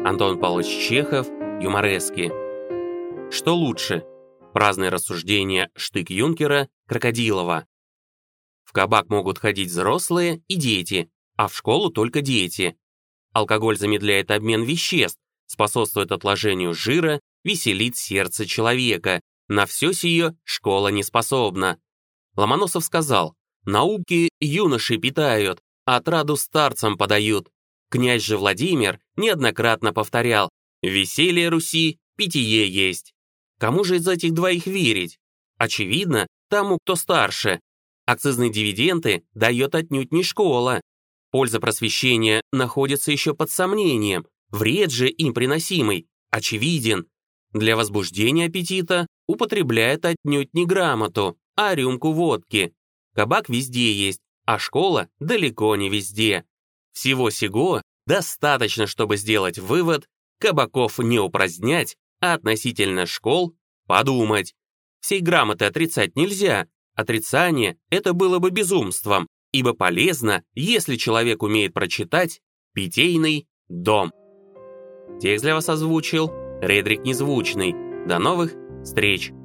Антон Павлович Чехов, юморески. Что лучше? Праздные рассуждения Штык-Юнкера, Крокодилова. В кабак могут ходить взрослые и дети, а в школу только дети. Алкоголь замедляет обмен веществ, способствует отложению жира, веселит сердце человека. На все сие школа не способна. Ломоносов сказал: «Науки юноши питают, отраду старцам подают». Князь же Владимир неоднократно повторял: «Веселье Руси, питье есть». Кому же из этих двоих верить? Очевидно, тому, кто старше. Акцизные дивиденды дает отнюдь не школа. Польза просвещения находится еще под сомнением, вред же им приносимый очевиден. Для возбуждения аппетита употребляет отнюдь не грамоту, а рюмку водки. Кабак везде есть, а школа далеко не везде. Всего сего достаточно, чтобы сделать вывод: кабаков не упразднять, а относительно школ подумать. Всей грамоты отрицать нельзя. Отрицание — это было бы безумством, ибо полезно, если человек умеет прочитать «Питейный дом». Текст для вас озвучил Редрик Незвучный. До новых встреч!